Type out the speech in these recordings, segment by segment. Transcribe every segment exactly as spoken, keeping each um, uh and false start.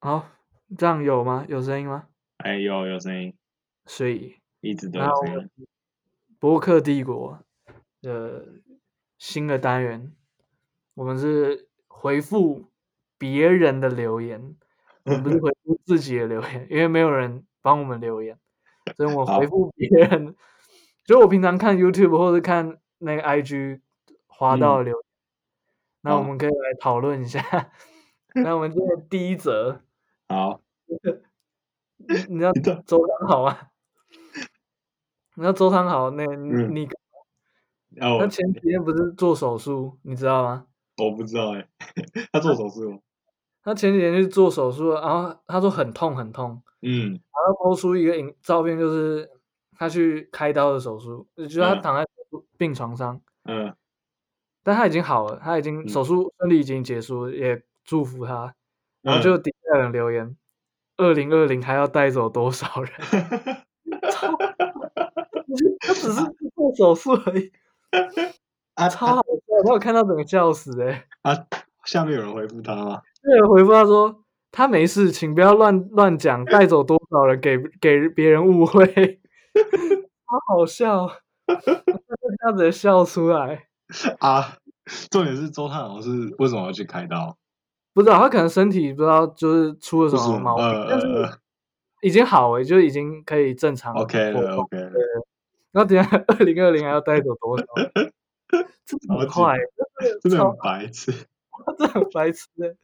好，这样有吗？有声音吗？ 哎，有有声音， 所以， 一直都然后有声音。 博客帝国的新的单元，我们是回复别人的留言，我们不是回复自己的留言，因为没有人帮我们留言，所以我们回好， 复别人。就我平常看 YouTube 或者看那个 I G 滑到的嗯， 留言，那我好， 们可以来讨论一下。那我们今天的第一则， 好， 你你知道你这， 周汤好吗？你知道周汤豪那嗯， 那个，他哦， 前几天不是做手术，你知道吗？ 我不知道哎，他做手术吗？ 他前几天去做手术，然后他说很痛很痛， 嗯然后抛出一个影照片，就是他去开刀的手术，就是他嗯躺在病床上， 嗯但他已经好了，他已经嗯手术顺利已经结束，也祝福他。然后就嗯， 底下有人留言：二零二零还要带走多少人？超，他只是做手术而已， 啊啊超好笑，我有看到整个笑死哎！ 啊！下面有人回复他吗？ 那人回复他说：“他没事，请不要乱乱讲，带走多少人给给别人误会。”超好笑，我这样子笑出来。 啊，重点是周汤豪是为什么要去开刀？ 不知道他可能身体不知道就是出了什不是， 么毛病， 呃但是呃呃已经好了，就已经可以正常 ，OK 了活动。 ，OK 了， 然后等下二零二零还要带走多少？真的超级， 很坏，真的超， 真的很白痴， 真的很白痴欸。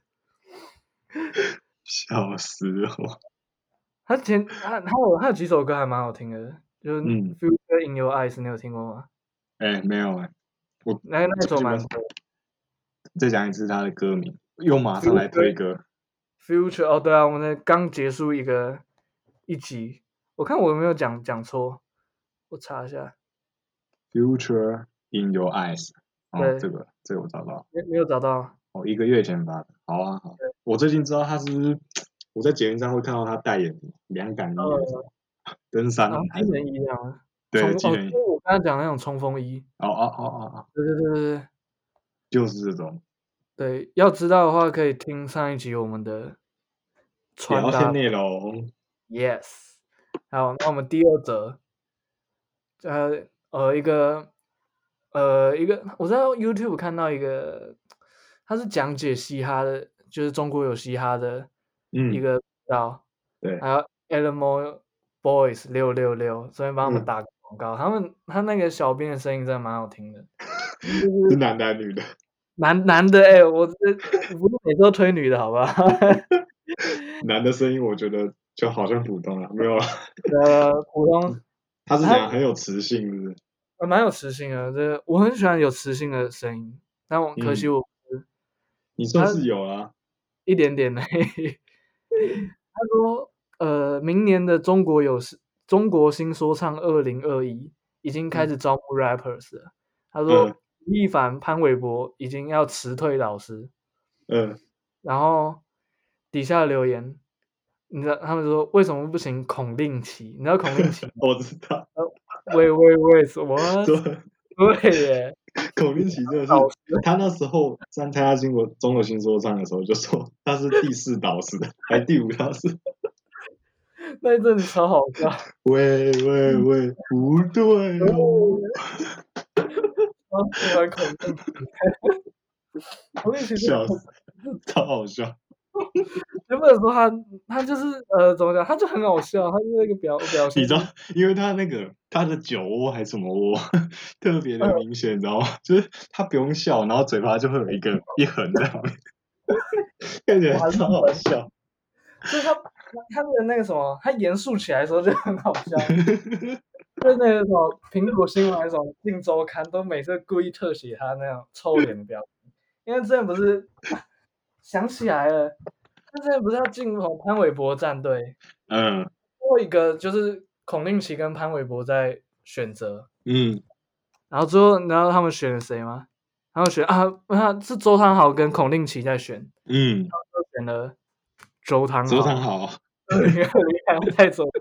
笑死我。 他前他他有他有几首歌还蛮好听的，就是嗯， 《Future in Your Eyes》，你有听过吗？ 哎，没有哎，我那那首基本上蛮多的。 再讲一次他的歌名，又马上来推 Future 歌。 Future 哦，对啊，我们刚结束一个一集，我看我有没有讲讲错，我查一下。 Future in Your Eyes，哦， 对， 这个这个我找到， 没没有找到。 哦，一个月前发的。好啊，好， 对， 我最近知道他是，我在节目上会看到他代言凉感衣还是什呃， 么登山然后机能还是什么， 衣这样啊， 对， 冲哦， 机能衣。 就是我刚才讲的那种冲锋衣。 哦哦哦哦哦， 对对对对对就是这种对，要知道的话可以听上一集我们的穿搭聊天内容。 ，yes。好，那我们第二则，呃呃一个呃一个，我在 YouTube 看到一个，他是讲解嘻哈的，就是中国有嘻哈的一嗯， 个频道， 对， 还有 Elmo Boys 六六六，这边帮他们嗯， 打个广告。他们他那个小编的声音真的蛮好听的， 是男的还是女的？ 男男的哎、欸我这不是每次都推女的好吧？ 男的声音我觉得就好像普通了，没有了。 呃，普通，他他是怎样很有磁性，是不是？ 呃蛮有磁性的，这我很喜欢有磁性的声音，但我可惜嗯， 我不是你算他是有啊。 一点点的。他说，呃，明年的中国有中国新说唱二零二一已经开嗯始招募 rappers 了。他嗯说，吴亦凡、潘玮柏已经要辞退老师， 嗯， 然后底下留言，你知道他们说为什么不请孔令奇？你知道孔令奇吗？ 我知道。 呃，喂喂喂，什么？ 对， 对耶， 孔令奇真的是， 老师他那时候参加中国中国新说唱的时候，就说他是第四导师，还第五导师。 那一阵子超好笑， 喂喂喂，不对哦， 超喜欢孔令奇，孔令奇真的笑死，超好笑。 原本说他他就是呃怎么讲，他就很好笑，他就是那个表表现力， 你知道，因为他那个他的酒窝还是什么窝，特别的呃， 明显，你知道吗？就是他不用笑，然后嘴巴就会有一个一横在旁边，看起来完超好全， 笑。 所以他他的那个什么，他严肃起来的时候就很好笑，就是那个什么苹果新闻还是什么镜周刊都每次故意特写他那样臭脸的表情，因为之前不是想起来了，他之前不是要进什么潘玮柏战队， 嗯最后一个就是孔令奇跟潘玮柏在选择， 嗯然后最后你知道他们选了谁吗？他们选啊，啊是周汤豪跟孔令奇在选， 嗯， 就选了周汤周汤豪。 豪。 二零二零还要带走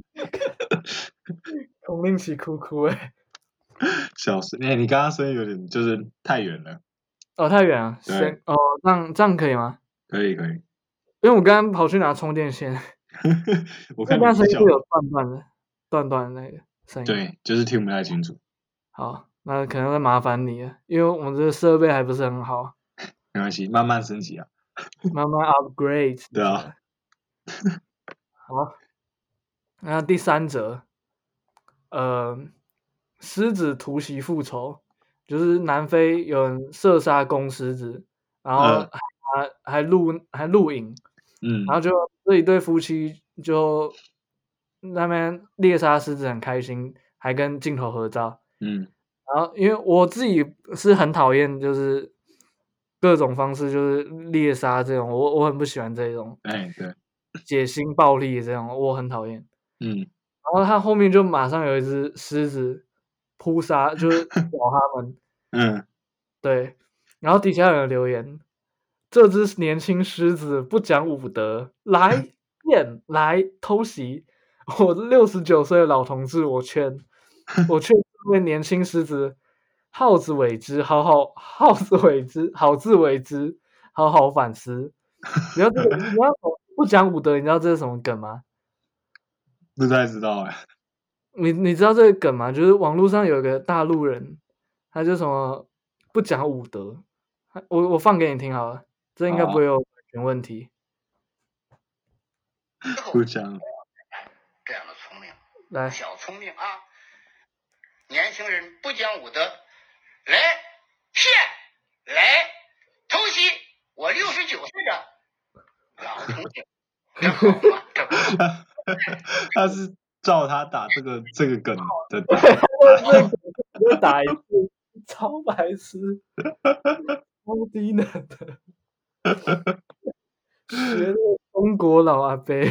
孔令奇哭哭哎、 笑死！哎、你刚刚声音有点就是太远了。 哦太远了， 对， 先哦这样这样可以吗？ 可以可以。 因为我刚刚跑去拿充电线， 我看你那声音笑会有断断的、断断的那个声音。 对，就是听不太清楚。 好，那可能会麻烦你了，因为我们这个设备还不是很好， 没关系，慢慢升级啊。 慢慢 upgrade 对啊。 一下。好，那第三则，呃，狮子突袭复仇，就是南非有人射杀公狮子，然后呃， 还还录还录影，然后嗯就这一对夫妻就那边猎杀狮子很开心，还跟镜头合照。 嗯然后因为我自己是很讨厌，就是各种方式就是猎杀这种，我我很不喜欢这种哎对， 血腥暴力这种，我很讨厌。 嗯然后他后面就马上有一只狮子扑杀，就是咬他们。 嗯， 对，然后底下有人留言：这只年轻狮子不讲武德，来变来偷袭。我六十九岁的老同志，我劝我劝这位年轻狮子，好自为之，好好好自为之，好自为之，好好反思。你知道这个，你知道不讲武德，你知道这是什么梗吗？ 不太知道哎。 你你知道这个梗吗？就是网络上有一个大陆人，他就什么不讲武德，他我我放给你听好了，这应该不好啊， 会有版权问题。 不讲。 这样的聪明， 来， 小聪明啊！年轻人不讲武德，来骗，来偷袭我六十九岁的老同志，这好吗？这不好。 他是照他打这个这个梗的打。 这个就打一次，超白痴，超低能的，学的中国老阿伯，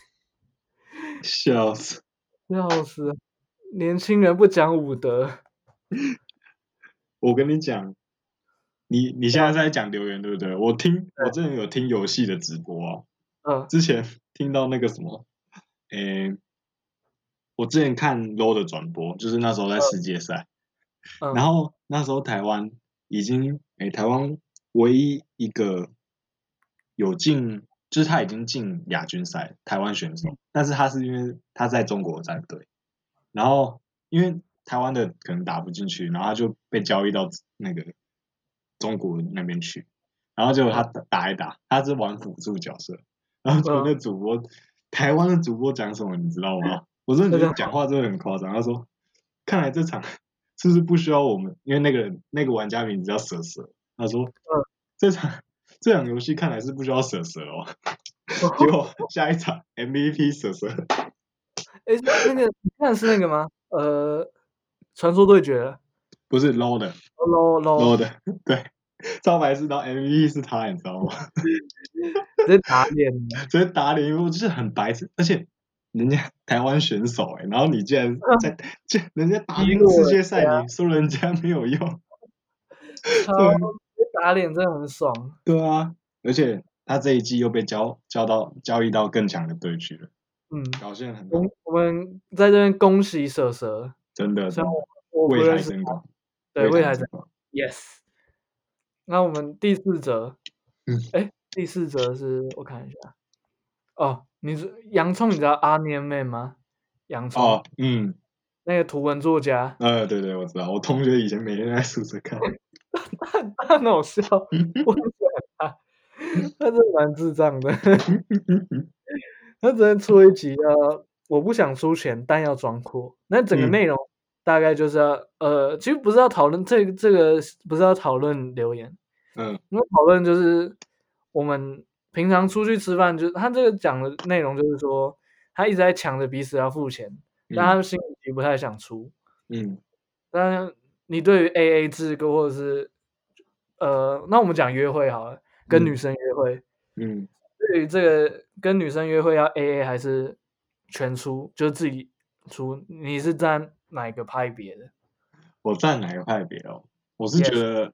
笑死！ 笑死！年轻人不讲武德， 我跟你讲，你你现在是在讲留言对不对？我听我之前有听游戏的直播啊， 嗯之前听到那个什么，诶，我之前看 L O 的转播，就是那时候在世界赛， 嗯， 然后那时候台湾已经，诶，台湾唯一一个有进，就是他已经进亚军赛，台湾选手，但是他是因为他在中国战队，然后因为台湾的可能打不进去，然后他就被交易到那个中国那边去，然后结果他打打一打，他是玩辅助角色，然后结果那主播，台湾的主播讲什么你知道吗？我真的觉得讲话真的很夸张。他说：“看来这场是不是不需要我们？因为那个人那个玩家名字叫蛇蛇。他说：这场这场游戏看来是不需要蛇蛇哦。结果下一场 M V P 蛇蛇。 哎，那个你看的是那个吗？呃，传说对决不是 L O 的 ，low L O low， 的，对，超白痴，然后 M V P 是他，你知道吗？ 直接打脸了。 直接打脸，我就是很白痴，而且人家台湾选手哎、然后你竟然在，这人家打进世界赛，你说人家没有用， 超打脸真的很爽。 对啊，而且他这一季又被交交到交易到更强的队去了， 嗯， 表现很好， 我我们在这边恭喜蛇蛇， 真的真的， 虽然我我不为认识他， 台争光， 对，为台争为台争光， ，yes。那我们第四则， 嗯， 哎，第四则是我看一下，哦，你是洋葱，你知道阿年妹吗？洋葱， 哦，嗯， 那个图文作家， 呃，对对，我知道，我同学以前每天在宿舍看， 他很好笑，我很喜欢他，他真的蛮智障的。他昨天出了一集呃，我不想出钱，但要装阔。那整个嗯内容大概就是要呃，其实不是要讨论这个这个不是要讨论留言， 嗯因为讨论就是我们平常出去吃饭，就是他这个讲的内容就是说，他一直在抢着彼此要付钱，但他嗯心里其实不太想出。 嗯但你对于 A A 制或者是呃，那我们讲约会好了，跟嗯女生约会， 嗯， 对于这个跟女生约会要 A A 还是全出，就是自己出，你是站哪一个派别的我站哪个派别哦？我是觉 ？Yes， 得，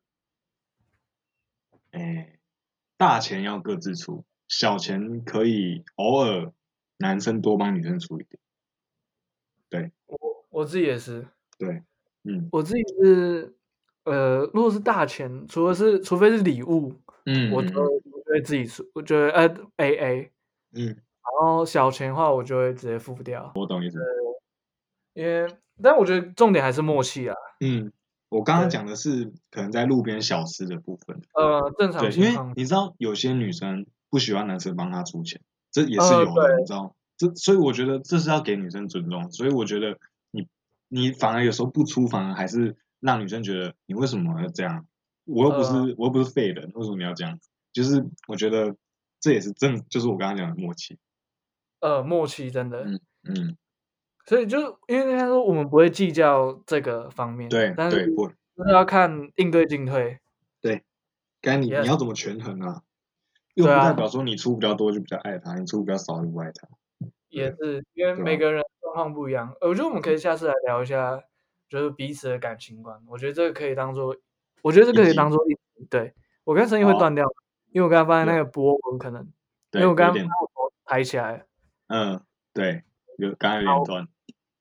哎，大钱要各自出，小钱可以偶尔男生多帮女生出一点。对我我自己也是， 对，嗯我自己是呃，如果是大钱，除了是除非是礼物，我觉得嗯嗯我觉就会自己出，我就会呃 A A， 嗯， 然后小钱的话我就会直接付掉， 我懂意思。 因为但我觉得重点还是默契啊。 嗯，我刚刚对讲的是可能在路边小吃的部分。 呃，正常对，因为情况， 你知道有些女生不喜欢男生帮她出钱，这也是呃， 有的， 对， 你知道？这所以我觉得这是要给女生尊重，所以我觉得你你反而有时候不出，反而还是让女生觉得你为什么要这样？我又不是、 呃我又不是废人，为什么你要这样子？就是我觉得这也是正，就是我刚刚讲的默契。 呃，默契真的， 嗯嗯， 所以就因为他说我们不会计较这个方面，但是对对，不就是要看应对进退。 对，该你你 Yes， 要怎么权衡啊？又对啊， 不代表说你出比较多就比较爱他，你出比较少就不爱他。 也是因为对啊每个人状况不一样，呃我觉得我们可以下次来聊一下，就是彼此的感情观。我觉得这个可以当做，我觉得这个可以当做一集。对，我刚声音会断掉，因为我刚刚发现那个波纹可能，因对， 为我刚刚有点把我头抬起来了。 嗯，对，有刚刚有点断。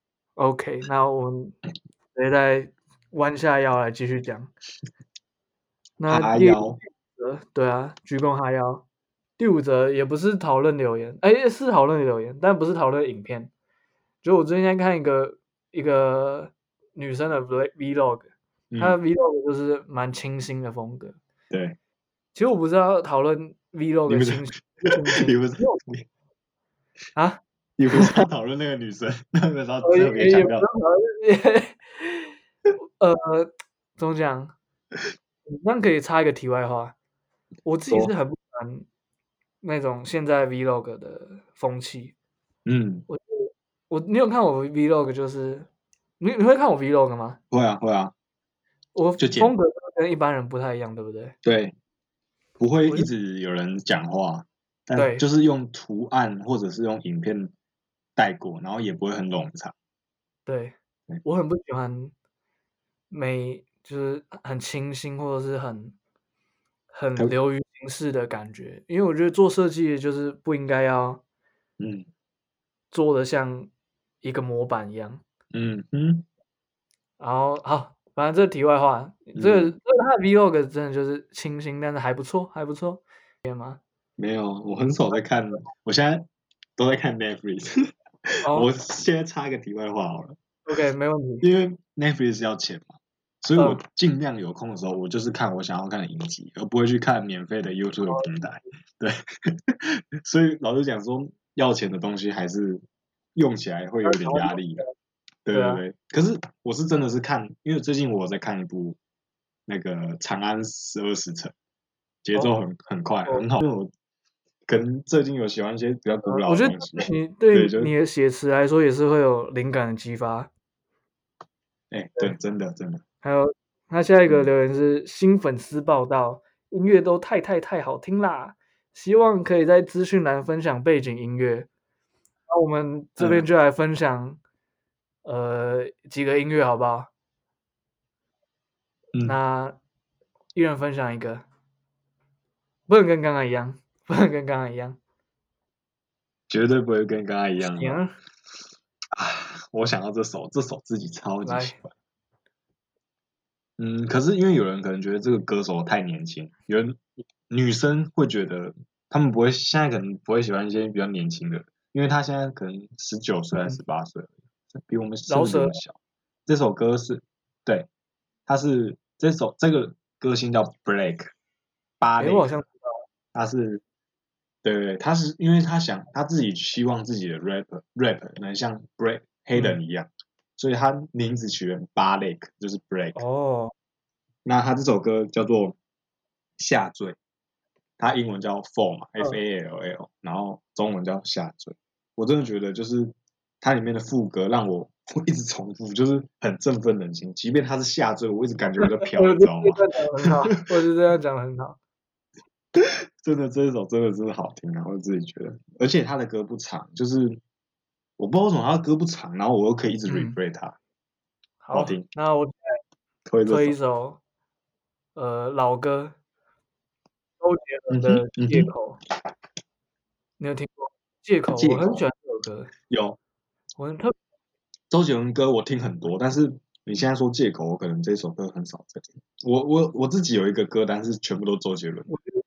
OK，那我们直接再弯下腰来继续讲。那第哈腰， 呃，对啊，鞠躬哈腰。第五则也不是讨论留言，哎，是讨论留言，但不是讨论影片。就我最近在看一个一个女生的 vlog，她的嗯， vlog 就是蛮清新的风格。 对， 其实我不是要讨论你 vlog 不是清新不清新你不是你啊， 你不是要讨论那个女生，那个时候呃也特别强调也也不是，讨论，呃，怎么讲？那可以插一个题外话，我自己是说， 很不喜欢那种现在 vlog 的风气。 嗯， 我我你有看我 vlog 就是你你会看我 vlog 吗？ 会啊会啊， 我就剪， 风格跟一般人不太一样，对不对？ 对，不会一我就直有人讲话，但对就是用图案或者是用影片带过，然后也不会很冗长。 对， 对我很不喜欢美，就是很清新或者是很很可流于形式的感觉，因为我觉得做设计就是不应该要嗯做的像一个模板一样。 嗯嗯然后好，反正这题外话，这个这嗯， 个他的 vlog 真的就是清新，但是还不错，还不错。 没有，我很少在看，我现在都在看 Netflix。 哦我现在插一个题外话好了， ，OK，没问题。 因为 Netflix 要钱嘛，所以我嗯， 尽量有空的时候，我就是看我想要看的影集，而不会去看免费的 YouTube 平台。对，所以老实讲说，要钱的东西还是用起来会有点压力的。对对啊， 对对，可是我是真的是看，因为最近我在看一部那个《长安十二时辰》，节奏很很快， 哦很好。因为我可能最近有喜欢一些比较古呃，我觉得老的东西， 你对，就对你的写词来说也是会有灵感的激发。 哎，对，真的真的， 还有，他下一个嗯留言是新粉丝报道，音乐都太太太好听啦，希望可以在资讯栏分享背景音乐。那我们这边嗯就来分享，呃，几个音乐好不好？ 嗯， 那一人分享一个，不能跟刚刚一样，不能跟刚刚一样。 绝对不会跟刚刚一样的。 行， 啊，我想到这首，这首自己超级喜来， 欢。嗯，可是因为有人可能觉得这个歌手太年轻，有人女生会觉得他们不会，现在可能不会喜欢一些比较年轻的，因为他现在可能十九岁还是十八岁，比我们甚饶舌至比我们小。这首歌是，对，他是这首这个歌星叫 Blake 巴诶， 雷克， 我好像知道， 他是，对对对，他是因为他想他自己希望自己的 rap rap 能像 Blake 黑人嗯， 一样，所以他名字取成巴雷克，就是 Blake。 哦， 那他这首歌叫做下坠，它英文叫 Fall 嘛，F 嗯， A L L，然后中文叫下坠。我真的觉得就是它里面的副歌让我会一直重复，就是很振奋人心。即便它是下坠，我一直感觉我在飘， 我你知道吗？ 觉得这样讲得很好，我是这样讲得很好。 真的这一首真的真的好听，然后自己觉得，而且他的歌不长，就是我不知道为什么他的歌不长，然后我又可以一直 replay 它，好好， 听， 那我推这首。 推一首呃老歌，周杰伦嗯的哼，嗯哼， 《借口》，你有听过《借口》？ 借口我很喜欢这首歌， 有。 我很特周杰伦歌我听很多，但是你现在说借口，我可能这首歌很少在听。我我我自己有一个歌单是全部都周杰伦。 我觉得这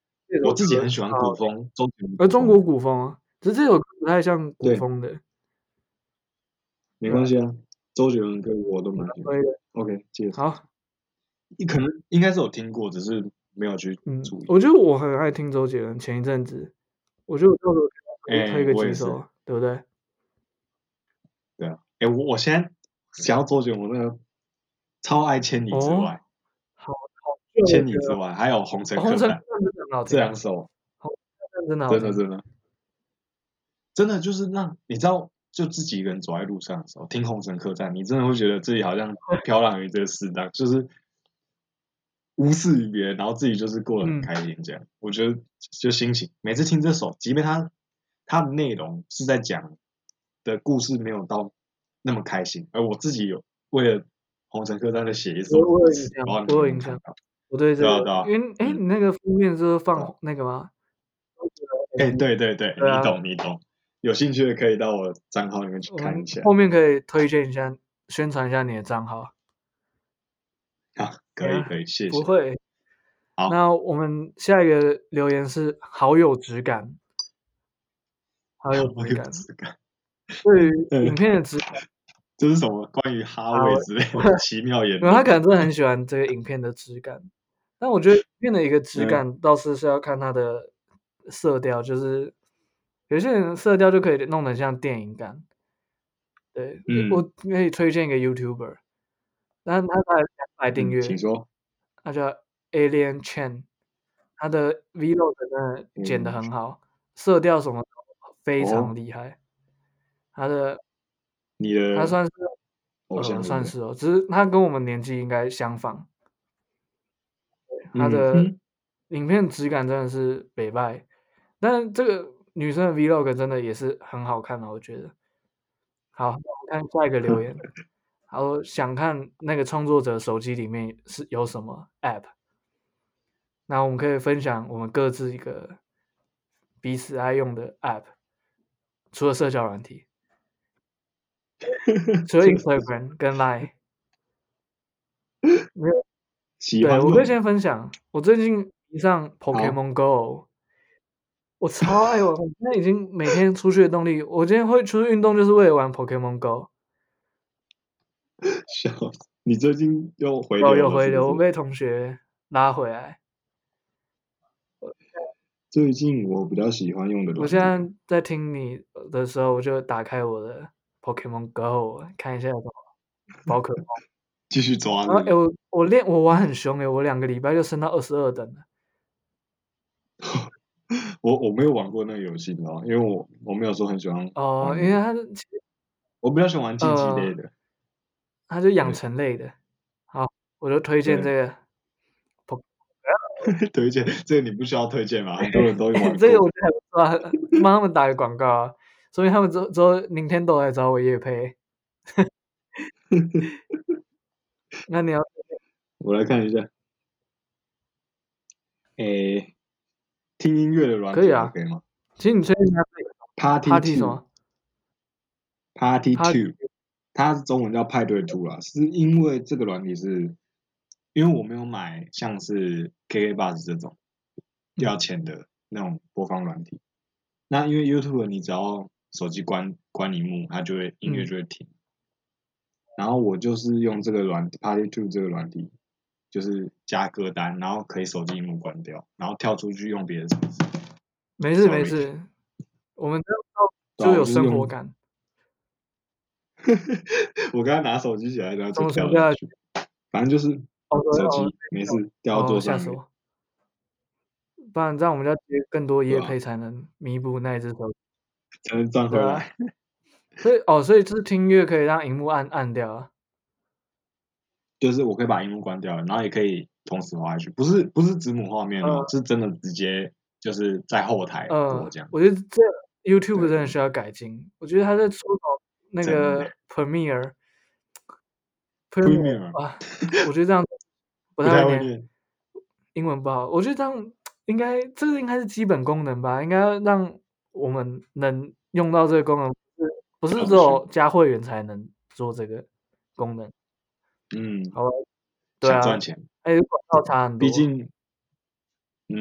首歌， 我自己很喜欢古风，周杰伦。 而中国古风啊，只是这首歌不太像古风的。 没关系啊，周杰伦歌我都蛮喜欢。OK， 接着。 好， 你可能应该是有听过，只是没有去注意。 嗯，我觉得我很爱听周杰伦，前一阵子，我觉得我到时候可以推个几首，欸、对不对？ 对啊，哎、欸，我我现在想要周杰伦，我那个超爱《千里之外》， 哦，好，好， 千里之外，还有红尘客栈，这两首， 真的真的真的真的就是让你知道，就自己一个人走在路上的时候，听红尘客栈，你真的会觉得自己好像飘浪于这个世道，就是无视于别人，然后自己就是过得很开心这样。嗯、我觉得就心情，每次听这首，即便它它的内容是在讲的故事没有到那么开心，而我自己有为了红尘客栈的写一首歌词， 我有印象，我对这个，因为哎，你那个封面是放那个吗？ 哎，对对对，你懂你懂。有兴趣的可以到我账号里面去看一下。 后面可以推荐一下，宣传一下你的账号。 啊，可以可以，谢谢。 不会。 好， 那我们下一个留言是好有质感，好有质感。 质感。 对于影片的质感， 这是什么？关于哈味之类的奇妙言论？ 他可能真的很喜欢这个影片的质感，但我觉得影片的一个质感倒是是要看它的色调，就是有些人色调就可以弄得像电影感。对，嗯、我可以推荐一个 YouTuber， 但他才两百订阅、 嗯，请说。 他叫 Alien Chen， 他的 Vlog 真的剪得很好，嗯、色调什么非常厉害。哦、他的， 你的， 他算是偶像、 呃，算是哦，只是他跟我们年纪应该相仿。他的影片质感真的是北拜，但这个女生的 Vlog 真的也是很好看的，我觉得。好，我们看下一个留言。好，想看那个创作者手机里面是有什么 App， 那我们可以分享我们各自一个彼此爱用的 App， 除了社交软体，除了 Instagram 跟 Line， 没有。对，我可以先分享，我最近迷上 Pokemon Go， 我超爱玩，我现在已经每天出去的动力，我今天会出去运动就是为了玩 Pokemon Go。 笑死！你最近又回流了， 有回流，我被同学拉回来。 最近我比较喜欢用的， 我现在在听你的时候，我就打开我的 Pokemon Go 看一下有什么宝可梦， 继续抓。 然后哎，我我练我玩很凶哎，我两个礼拜就升到二十二等了。 我我没有玩过那个游戏，你知道吗？因为我我没有说很喜欢哦，因为它是我比较喜欢玩竞技类的， 它是养成类的。好，我就推荐这个。 推荐这个你不需要推荐嘛？很多人都玩过。 这个我觉得还不错，帮他们打个广告啊，所以他们之之后 Nintendo 来找我业配。那你要？ 我来看一下。诶，听音乐的软体可以啊，可以吗？ 其实你推荐它 Party Party 什么 ？Party Two， 它是中文叫派对 Two 啦，是因为这个软体是，因为我没有买像是 K K Bus 这种要钱的那种播放软体。那因为 YouTube 你只要手机关关萤幕，它就会音乐就会停。嗯、然后我就是用这个软 Party Two 这个软体，就是加歌单，然后可以手机萤幕关掉，然后跳出去用别的程式。 没事没事，我们这就有生活感。 我刚才拿手机起来，然后就掉下去，反正就是手机没事掉到桌上面。 不然这样我们要接更多业配才能弥补那一只手机， 才能赚回来。 所以哦，所以就是听音乐可以让萤幕暗暗掉啊。 就是我可以把荧幕关掉，然后也可以同时滑下去，不是不是子母画面哦，是真的直接就是在后台播这样。 我觉得这 YouTube 真的需要改进，我觉得他在出口那个 Premiere Premiere 啊，我觉得这样不太会念，英文不好，我觉得这样应该这个应该是基本功能吧，应该让我们能用到这个功能，不是只有加会员才能做这个功能。 嗯， 好吧，对啊， 想赚钱， 哎，广告差很多。 毕竟，嗯，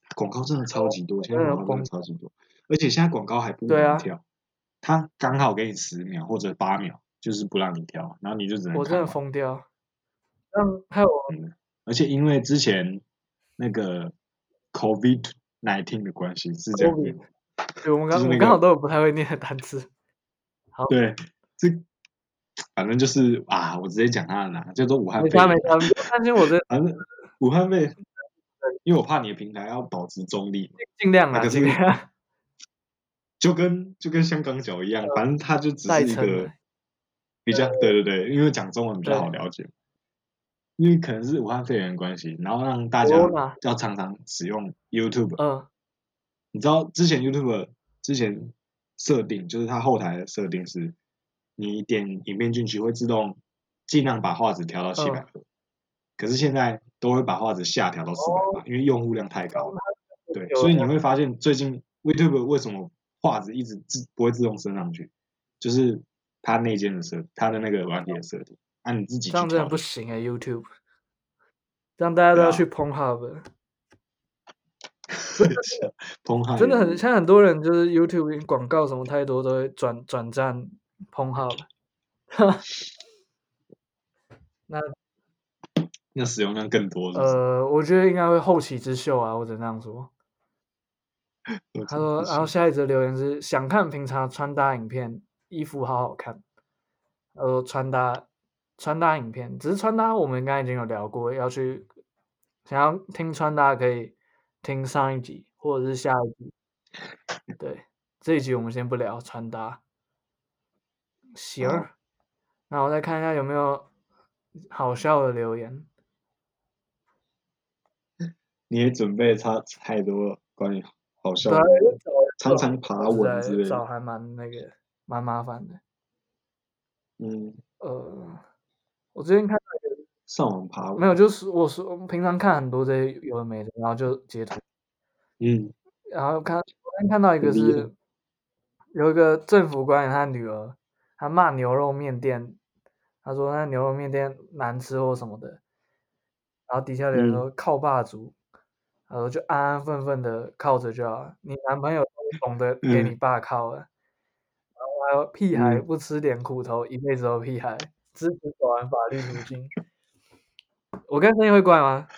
广告真的超级多，现在真的广告真崩的超级多，而且现在广告还不对啊能跳，它刚好给你十秒或者八秒，就是不让你跳，然后你就只能我真的看完。 疯掉。像还有嗯，而且因为之前那个 COVID 十九 的关系是这样子， COVID，对，我们刚、 就是那个我刚好都有不太会念的单词。好， 对，这反正就是啊，我直接讲他的哪，叫做武汉没肺炎。 差没差，不用担心我这反正武汉肺炎，因为我怕你的平台要保持中立嘛， 尽量啦， 那可是尽量就跟就跟香港脚一样，反正它就只代是一个称了。 比较，对对对，因为讲中文比较对好了解，因为可能是武汉肺炎的关系，然后让大家 Corona， 要常常使用 YouTube。 嗯， 你知道之前 YouTube 之前设定就是它后台的设定是，你点影片进去会自动尽量把画质调到七百嗯， 赫，可是现在都会把画质下调到四百八，因为用户量太高。对，所以你会发现最近 YouTube 为什么画质一直自不会自动升上去，就是它内建的设，它的那个软体的设定，啊你自己去这样真的调就。 不行哎、YouTube，这样大家都要对啊去 Pornhub， 崩坏真的很像很多人就是 YouTube 广告什么太多都会转转战 Pornhub。那那使用量更多是不是？ 呃，我觉得应该会后起之秀啊，我只能这样说。他说，然后下一则留言是想看平常穿搭影片，衣服好好看。呃，穿搭穿搭影片，只是穿搭我们刚才已经有聊过，要去想要听穿搭可以听上一集或者是下一集。对，这一集我们先不聊穿搭。行， 好那我再看一下有没有好笑的留言。 你也准备差太多关于好笑对啊， 的， 找常常爬找文之类的。 找还蛮那个蛮麻烦的。 嗯， 呃，我之前看到一个上网爬文。 没有，就是我是我平常看很多这些有的没的，然后就截图， 嗯， 然后看昨天看到一个很厉害是有一个政府官员他女儿，他骂牛肉面店，他说那牛肉面店难吃或什么的，然后底下的人说靠霸主，然后就安安分分的靠着就好，你男朋友都懂得给你爸靠了，然后还有屁孩不吃点苦头，一辈子都屁孩，支持走完法律途径。我刚声音会怪吗？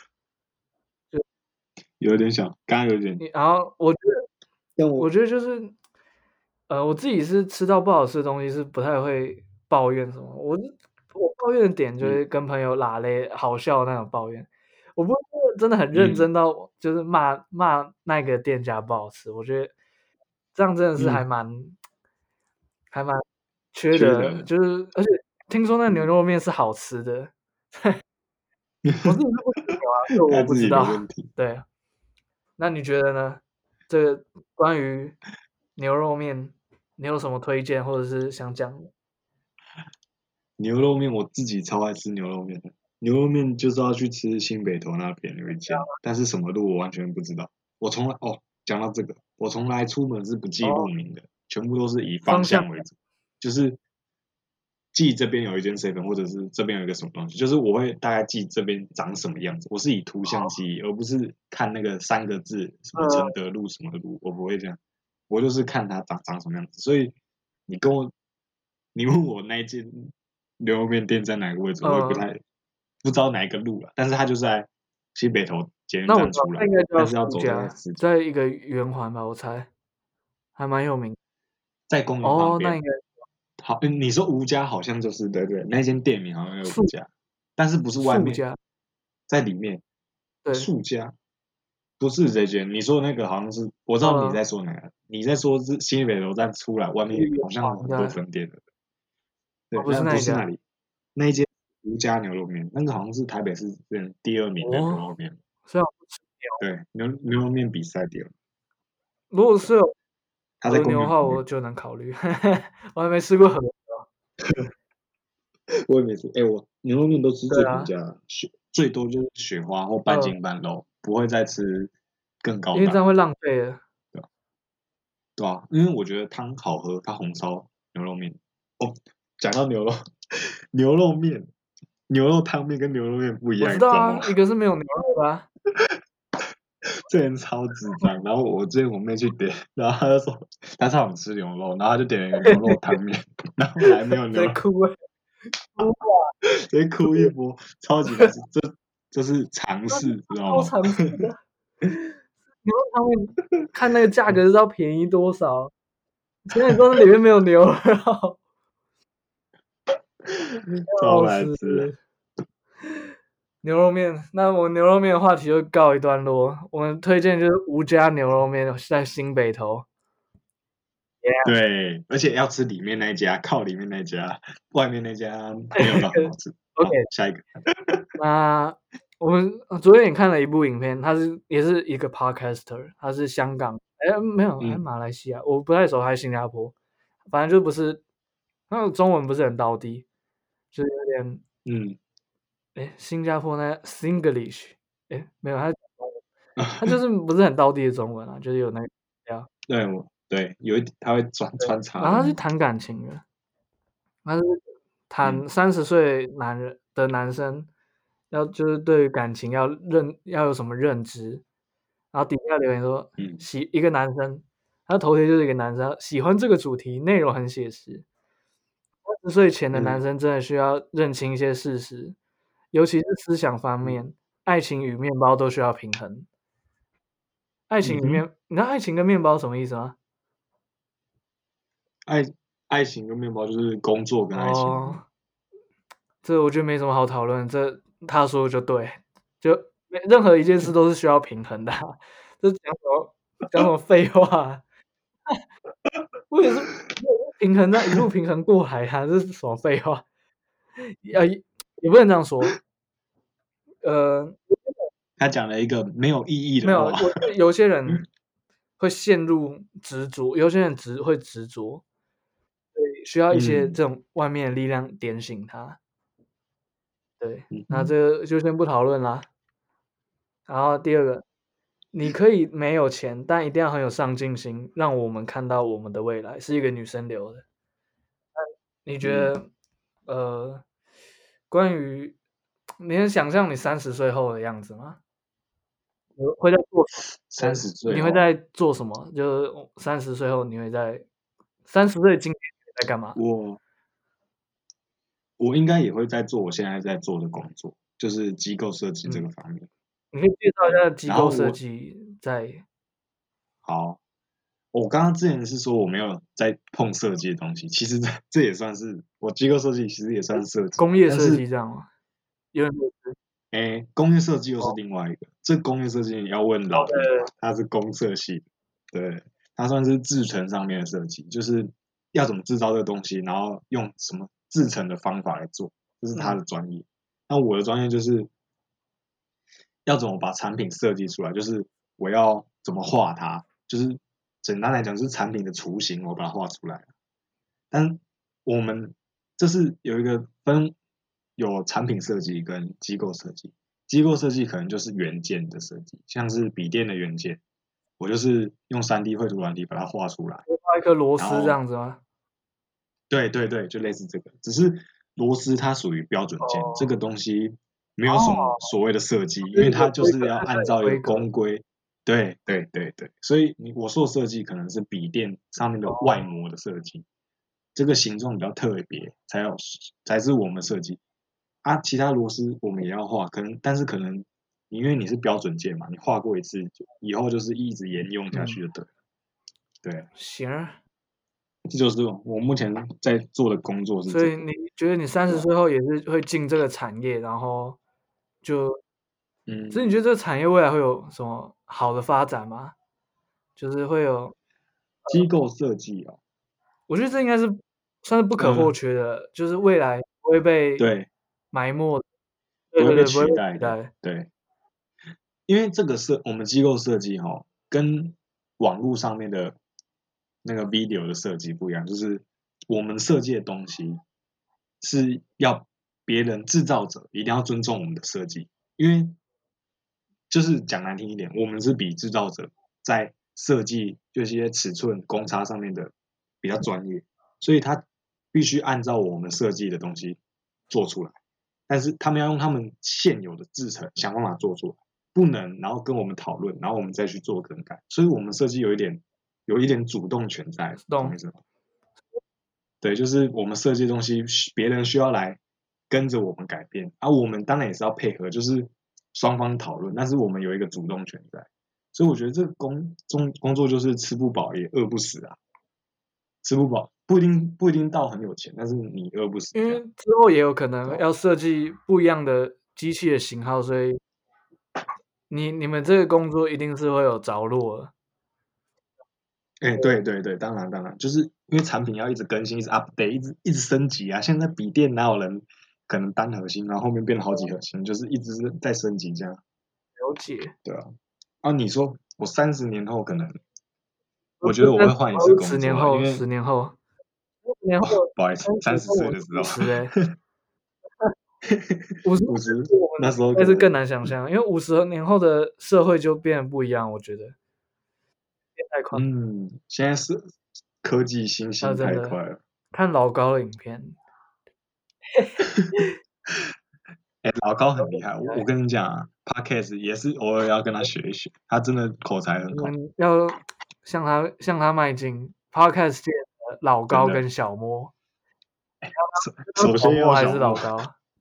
有点小，刚刚有点。 你然后我觉得， 但我我觉得就是，呃，我自己是吃到不好吃的东西是不太会抱怨什么，我我抱怨的点就是跟朋友拉嘞好笑那种抱怨，我不是真的很认真到就是骂骂那个店家不好吃，我觉得这样真的是还蛮、还蛮缺缺的， 德就是而且听说那牛肉面是好吃的，我自己是不吃牛啊，这我他自己的不知道。 问题。 对，那你觉得呢？这个关于牛肉面，你有什么推荐或者是想讲的？ 牛肉面我自己超爱吃牛肉面的，牛肉面就是要去吃新北投那边有一间，但是什么路我完全不知道。我从来哦，讲到这个，我从来出门是不记路名的，全部都是以方向为主，就是记这边有一间 seven， 或者是这边有一个什么东西，就是我会大概记这边长什么样子。我是以图像记忆，而不是看那个三个字什么承德路什么的路，我不会这样，我就是看它长长什么样子。所以你跟我，你问我那一间牛肉面店在哪个位置，我也不太不知道哪一个路了，但是它就在新北投捷运那我站出来， 应该但是要叫走大概十， 在一个圆环吧，我猜，还蛮有名。 在公园旁哦，那边。 应该好，嗯你说吴家好像就是对对，那间店名好像有吴家，但是不是外面， 家在里面。 对， 树家不是这间，你说的那个好像是，我知道你在说哪个，你在说是新北投站出来外面好像很多分店的，对， 不是那不是那里，那一间吴家牛肉面，那个好像是台北市第二名的牛肉面， 虽然不吃牛， 对，牛牛肉面比赛第二。 如果是有他在公园和牛的话，我就能考虑。我还没吃过和牛。 我也没吃，哎、我牛肉面都吃最对啊平价，雪最多就是雪花或半斤半肉，不会再吃更高档， 因为这样会浪费的。 对吧？对啊，因为我觉得汤好喝，它红烧牛肉面。哦，讲到牛肉牛肉面，牛肉汤面跟牛肉面不一样， 我知道你知道吗？ 啊，一个是没有牛肉的啊。 这人超智障。然后我之前我妹去点，然后她就说她超想吃牛肉，然后她就点了一个牛肉汤面，然后来没有牛肉， 直接哭了， 直接哭一波，超级白痴。这这是常识，知道吗？ 超常识的。牛肉汤面看那个价格就知道便宜多少，现在你说里面没有牛肉， 超白痴。 牛肉面，那我牛肉面的话题就告一段落。我们推荐就是吴家牛肉面，在新北投。Yeah. 对，而且要吃里面那一家，靠里面那一家，外面那家没有到很好吃。 OK， 好下一个。 那我们昨天也看了一部影片，他是也是一个 podcaster， 他是香港，哎，没有，还马来西亚，嗯、我不太熟，还是新加坡，反正就不是，那个中文不是很道地，就是有点， 嗯， 哎，新加坡那 Singlish， 哎，没有，他他就是不是很道地的中文啊，就是有那个， 对，对，有一他会转穿插， 然后他是谈感情的，他是谈嗯三十岁男人的男生。要就是对于感情要认要有什么认知，然后底下留言说， 嗯， 喜一个男生，他头贴就是一个男生，喜欢这个主题，内容很写实。三十岁前的男生真的需要认清一些事实，尤其是思想方面，爱情与面包都需要平衡。爱情与面， 嗯、 你知道爱情跟面包什么意思吗？ 爱爱情跟面包就是工作跟爱情。 哦，这我觉得没什么好讨论，这他说就对，就任何一件事都是需要平衡的、啊。这讲什么讲什么废话？我也是平衡的，一路平衡过来啊，这是什么废话？呃，也不能这样说。呃， 他讲了一个没有意义的没有， 话。 我有些人会陷入执着，有些人执会执着，对，需要一些嗯这种外面的力量点醒他。对， 嗯那这个就先不讨论啦。然后第二个，你可以没有钱，但一定要很有上进心，让我们看到我们的未来。是一个女生留的。你觉得，嗯、呃，关于你能想象你三十岁后的样子吗？会在做什么？ 三十岁， 你会在做什么？就是三十岁后，你会在三十岁今年在干嘛？ 我我应该也会在做我现在在做的工作，就是机构设计这个方面。 嗯、你可以介绍一下机构设计在。 好，我刚刚之前是说我没有在碰设计的东西，其实这这也算是我机构设计，其实也算是设计。 工业设计这样吗？有点哎，工业设计又是另外一个。哦、这工业设计你要问老弟，他是工设系，对，他算是制程上面的设计，就是要怎么制造这个东西，然后用什么制程的方法来做，这是他的专业。嗯、那我的专业就是要怎么把产品设计出来，就是我要怎么画它，就是简单来讲，就是产品的雏形，我把它画出来。但我们这是有一个分。有产品设计跟机构设计，机构设计可能就是元件的设计，像是笔电的元件，我就是用 三 D 绘图软体把它画出来， 画一颗螺丝这样子吗？ 对对对，就类似这个，只是螺丝它属于标准件，哦、这个东西没有什么所谓的设计，哦、因为它就是要按照一个公规。对对对对，所以你我说的设计可能是笔电上面的外膜的设计，哦、这个形状比较特别，才有才是我们设计。啊，其他螺丝我们也要画，可能但是可能因为你是标准件嘛，你画过一次，以后就是一直沿用下去就对了。嗯、对， 行， 这就是我目前在做的工作是、这个。 所以你觉得你三十岁后也是会进这个产业，然后就，嗯，所以你觉得这个产业未来会有什么好的发展吗？就是会有机构设计哦， 我觉得这应该是算是不可或缺的，嗯、就是未来不会被对埋没。 不会被取代的，对，因为这个设我们机构设计哈、哦，跟网络上面的那个 video 的设计不一样，就是我们设计的东西是要别人制造者一定要尊重我们的设计，因为就是讲难听一点，我们是比制造者在设计这些尺寸公差上面的比较专业，所以他必须按照我们设计的东西做出来。但是他们要用他们现有的制程想办法做出来， 不能，然后跟我们讨论，然后我们再去做更改。所以我们设计有一点有一点主动权在，懂我意思吗？对，就是我们设计的东西，别人需要来跟着我们改变，而、啊、我们当然也是要配合，就是双方讨论，但是我们有一个主动权在。所以我觉得这个工工工作就是吃不饱也饿不死啊，吃不饱不一定不一定到很有钱，但是你饿不死。 因为之后也有可能要设计不一样的机器的型号，所以你你们这个工作一定是会有着落的。 哎、欸，对对对，当然当然，就是因为产品要一直更新，一直 update， 一直一直升级啊。现在笔电哪有人可能单核心，然后后面变了好几核心，就是一直是在升级这样。 了解。 对啊，啊，你说我三十年后可能，我觉得我会换一次工作， 十年后， 因为十年后，十年后， 不好意思，三十岁的时候， 五十哎，五十五十那时候但是更难想象，因为五十年后的社会就变得不一样，我觉得。太快。 嗯，现在是科技新兴太快了。 看老高的影片。 哎、欸，老高很厉害，我我跟你讲啊 ，Podcast 也是偶尔要跟他学一学，他真的口才很好。 嗯，要向他向他迈进 Podcast 界的老高跟小摸。 欸、首先要还是老高。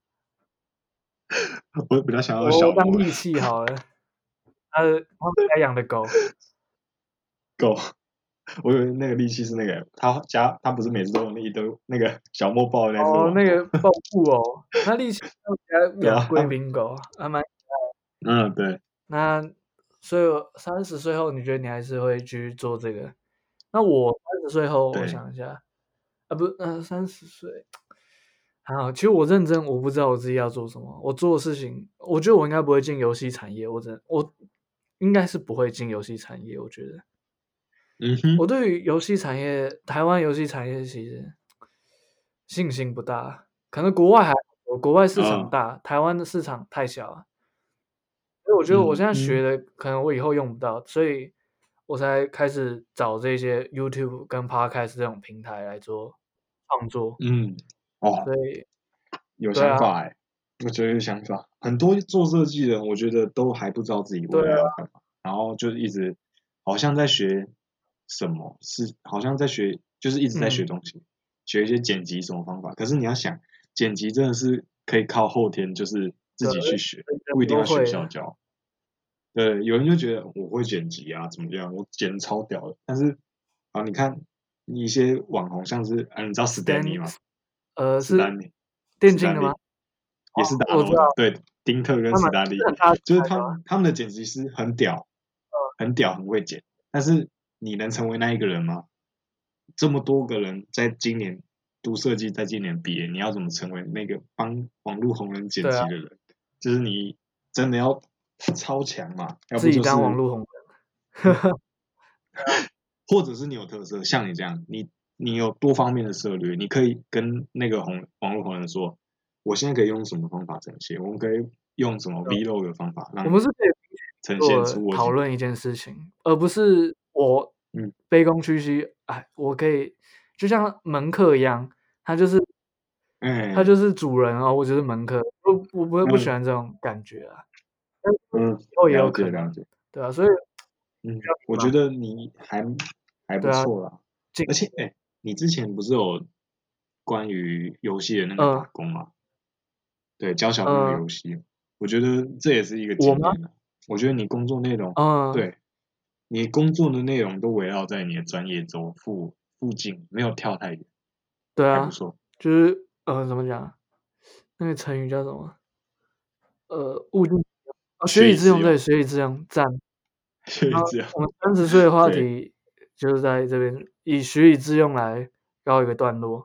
我比较想要小摸。 我当利器好了。他的他们家养的狗。 狗。我以为那个利器是那个他家，他不是每次都有那一堆那个小莫抱的那只哦，那个抱布偶，那利器他们家养贵宾狗，还蛮可爱。嗯，对。 那所以三十岁后，你觉得你还是会去做这个？那我三十岁后，我想一下，啊，不，呃，三十岁，好，其实我认真，我不知道我自己要做什么。我做的事情，我觉得我应该不会进游戏产业，我真我应该是不会进游戏产业，我觉得。 嗯哼， 我对于游戏产业，台湾游戏产业其实信心不大，可能国外还有，国外市场大，哦、台湾的市场太小了。所以我觉得我现在学的，嗯、可能我以后用不到，所以我才开始找这些 YouTube 跟 Podcast 这种平台来做创作。 嗯，哦， 所以有想法哎、欸，我觉得有想法。很多做设计的人，我觉得都还不知道自己未来要干嘛，然后就一直好像在学。什么是好像在学，就是一直在学东西，嗯、学一些剪辑什么方法。可是你要想，剪辑真的是可以靠后天，就是自己去学，不一定要学校教。对，有人就觉得我会剪辑啊，怎么样？我剪得超屌的。但是啊，你看一些网红，像是啊，你知道史丹尼吗？ 呃， 史丹尼， 电竞的吗？ 也是打楼的，对，丁特跟史丹利，就是他们他们的剪辑师很屌，很屌，很会剪，但是。你能成为那一个人吗？这么多个人在今年读设计，在今年毕业，你要怎么成为那个帮网络红人剪辑的人？啊、就是你真的要超强嘛，要不就是自己当网络红人， 或者是你有特色，像你这样，你你有多方面的策略，你可以跟那个红网络红人说，我现在可以用什么方法呈现，我们可以用什么 Vlog 的方法，让我们是可以呈现出我讨论一件事情，而不是。我嗯卑躬屈膝，哎，我可以就像门客一样，他就是， 嗯、 他就是主人哦，我就是门客，我我不会不喜欢这种感觉啊。 嗯， 以后也有可能，对啊，所以， 嗯，我觉得你还还不错啦， 啊、 而且哎、欸，你之前不是有关于游戏的那个打工吗？呃、对，教小朋友游戏，呃、我觉得这也是一个经验啊。我觉得你工作内容， 嗯、呃， 对。你工作的内容都围绕在你的专业周附附近，没有跳太远。 对啊， 还不错。 就是呃，怎么讲？那个成语叫什么？呃，物尽哦，学以致用，对，学以致用，赞。 学以致用。 我们三十岁的话题就是在这边以学以致用来告一个段落。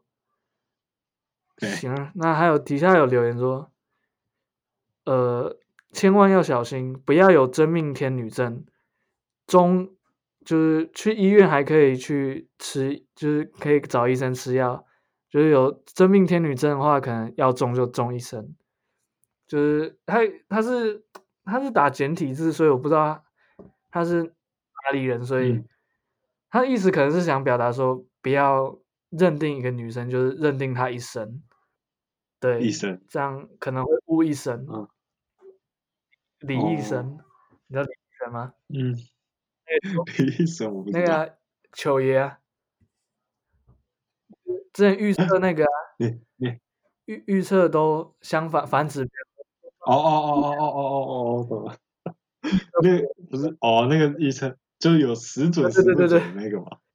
行，那还有底下有留言说，呃，千万要小心，不要有真命天女症。中就是去医院还可以去吃，就是可以找医生吃药。就是有真命天女症的话，可能要中就中一生。就是他他是他是打简体字，所以我不知道他是哪里人，所以、嗯、他的意思可能是想表达说，不要认定一个女生就是认定她一生。对， 一生这样可能会误一生。 嗯， 李医生。哦知道李宇轩吗？ 嗯， 那个李医生我不知道。 那个啊球爷啊，之前预测那个啊， 你你预预测都相反反指标。 哦哦哦哦哦哦哦哦，懂了。那个不是哦，那个预测就是有时准时不对对对对准的那个嘛。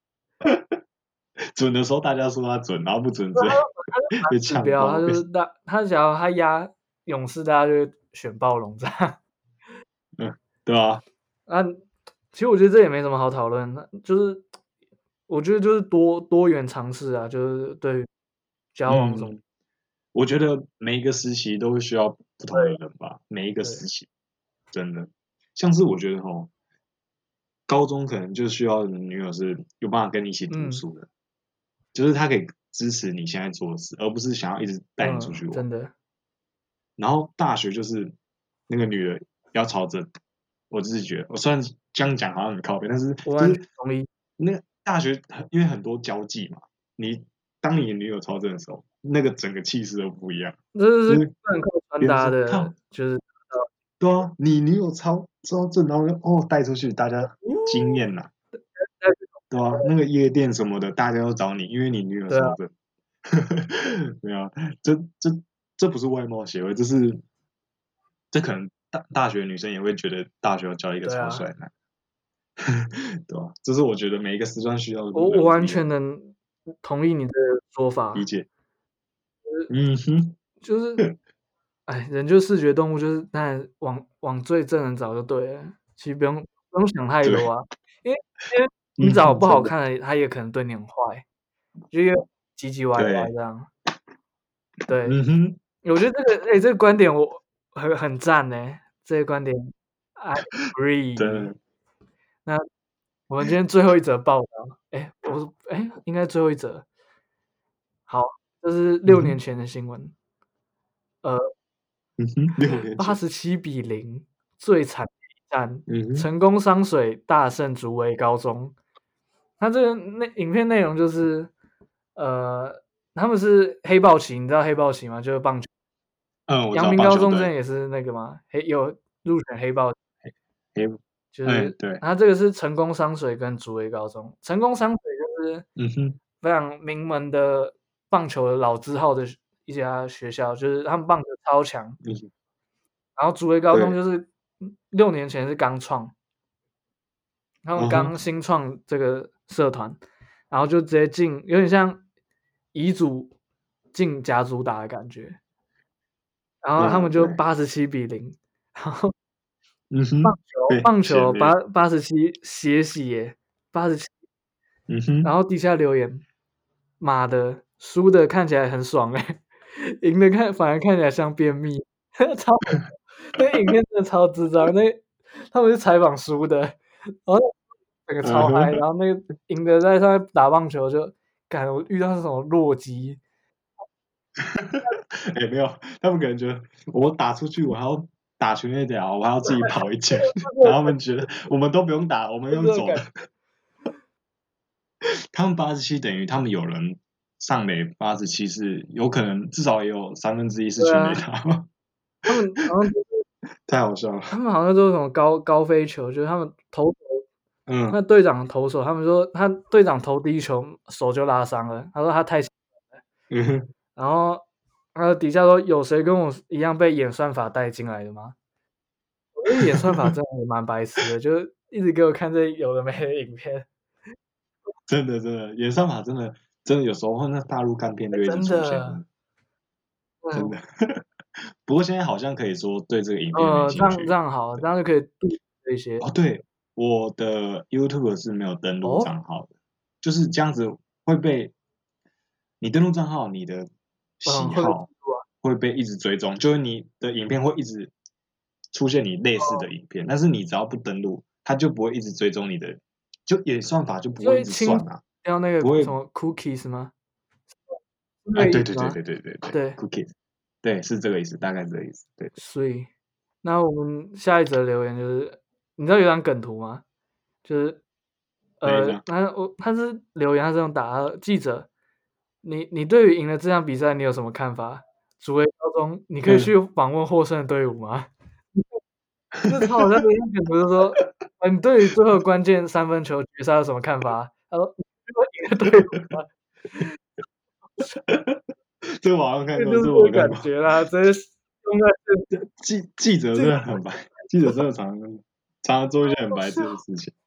准的时候大家说他准，然后不准对， 直他接被他是反指标， 呛爆。 他就是大，他只要他压勇士，大家就会选暴龙这样。 嗯，对啊， 啊，其实我觉得这也没什么好讨论的，就是我觉得就是多多元尝试啊，就是对于交往什么， 嗯，我觉得每一个时期都会需要不同的对人吧，每一个对时期真的，像是我觉得哈，高中可能就需要女友是有办法跟你一起读嗯书的，就是她可以支持你现在做的事，而不是想要一直带你出去嗯， 玩。 真的， 然后大学就是那个女的要朝着，我自己觉得，我虽然这样讲好像很靠背，但是我完就是全同意。 那个大学很因为很多交际嘛，你当你的女友超正的时候，那个整个气势都不一样。 这就就是是不能靠穿别人搭的说靠，， 就是对啊，你女友超超正，然后就哦带出去，大家惊艳呐、对啊，那个夜店什么的，大家都找你，因为你女友对啊超正。没有啊，这这这不是外貌协会，这是这可能大大学女生也会觉得大学要交一个对啊超帅的男，对吧、这是我觉得每一个时段需要的我我完人不一样全能同意你的说理法， 解。嗯哼， 就是哎，人就是视觉动物，就是当然往往最正的找就对了，其实不用不用想太对， 多啊，因为因为你嗯哼， 找不好真的， 看的，他也可能对你很坏，就一个唧唧歪歪对， 这样。对， 嗯哼， 我觉得这个哎、这个观点我很很赞呢，这个观点 I 真 agree。 的， 那我们今天最后一则报道，哎，不是，哎，应该最后一则。好，这是嗯哼， 六年前的新闻，呃， 嗯哼，六年前， 八十七比零，最惨的一战， 嗯哼， 成功商水大胜竹围高中。它这个内影片内容就是，呃，他们是黑豹旗，你知道黑豹旗吗？就是棒球。 嗯，我知阳明道棒球队， 高中之前也是那个嘛，黑有入选黑豹， 黑， 就是哎对， 它这个是成功商水跟竹围高中。成功商水就是嗯哼， 非常名门的棒球的老字号的一家学校，就是他们棒球超强。 嗯哼， 然后竹围高中对， 就是六年前是刚创，他们嗯哼， 刚新创这个社团，然后就直接进，有点像乙组进甲组打的感觉。然后他们嗯对， 就八十七比零，然后嗯棒哼，被球棒球八全灭， 八十七血洗耶，八十七， 嗯哼， 然后底下留言，妈的，输的看起来很爽哎，赢的看反而看起来像便秘，超那个影片真的超智障，那他们是采访输的，然后整个嗯超嗨，然哼， 后那个赢的在上面打棒球就，感我遇到是什么弱鸡， 哎没有，他们可能觉得我打出去，我还要打全垒打，我还要自己跑一圈，然后他们觉得我们都不用打，我们用走的。他们八十七等于他们有人上垒八十七是有可能至少也有三分之一是全垒打， 他们好像太好笑了。 他们好像都是什么高高飞球，就是他们投手， 嗯那队长投手，他们说他队长投第一球手就拉伤了，他说他太， 嗯哼， 然后他底下说有谁跟我一样被演算法带进来的吗？我觉得演算法真的也蛮白痴的，就是一直给我看这有的没的影片， 真的真的演算法真的真的有时候那大陆干片就一直真出现， 的， 真的。不过现在好像可以说对这个影片没呃，这样这兴趣。 样好，这样就可以杜这些哦，对，我的 YouTube 是没有登录哦， 账号的，就是这样子会被你登录账号，你的喜嗯，会被好记住啊， 会被一直追踪，就是你的影片会一直出现你类似的影片，但是你只要不登录，它就不会一直追踪你的，就演算法就不会一直所以清算啊， 掉那个不会什么 cookies 吗？是啊， 那个对对对意思吗？ 对对对对对， ，cookies，对，是这个意思，大概是这个意思，对， 所以那我们下一则留言就是，你知道有张梗图吗？就是呃， 哪一张？ 他我他是留言，他是用打他记者，你你对于赢了这场比赛你有什么看法？竹围高中，你可以嗯， 去访问获胜的队伍吗？ 这超好笑的一点不是说，呃，你对于最后关键三分球决赛有什么看法？他说：“如果赢了队伍吗？” 这个我好像看过， 这就是这个这个我看过。 感觉啦，直接用在这记记者真的很白，记者真的常常常常做一些很白痴的事情。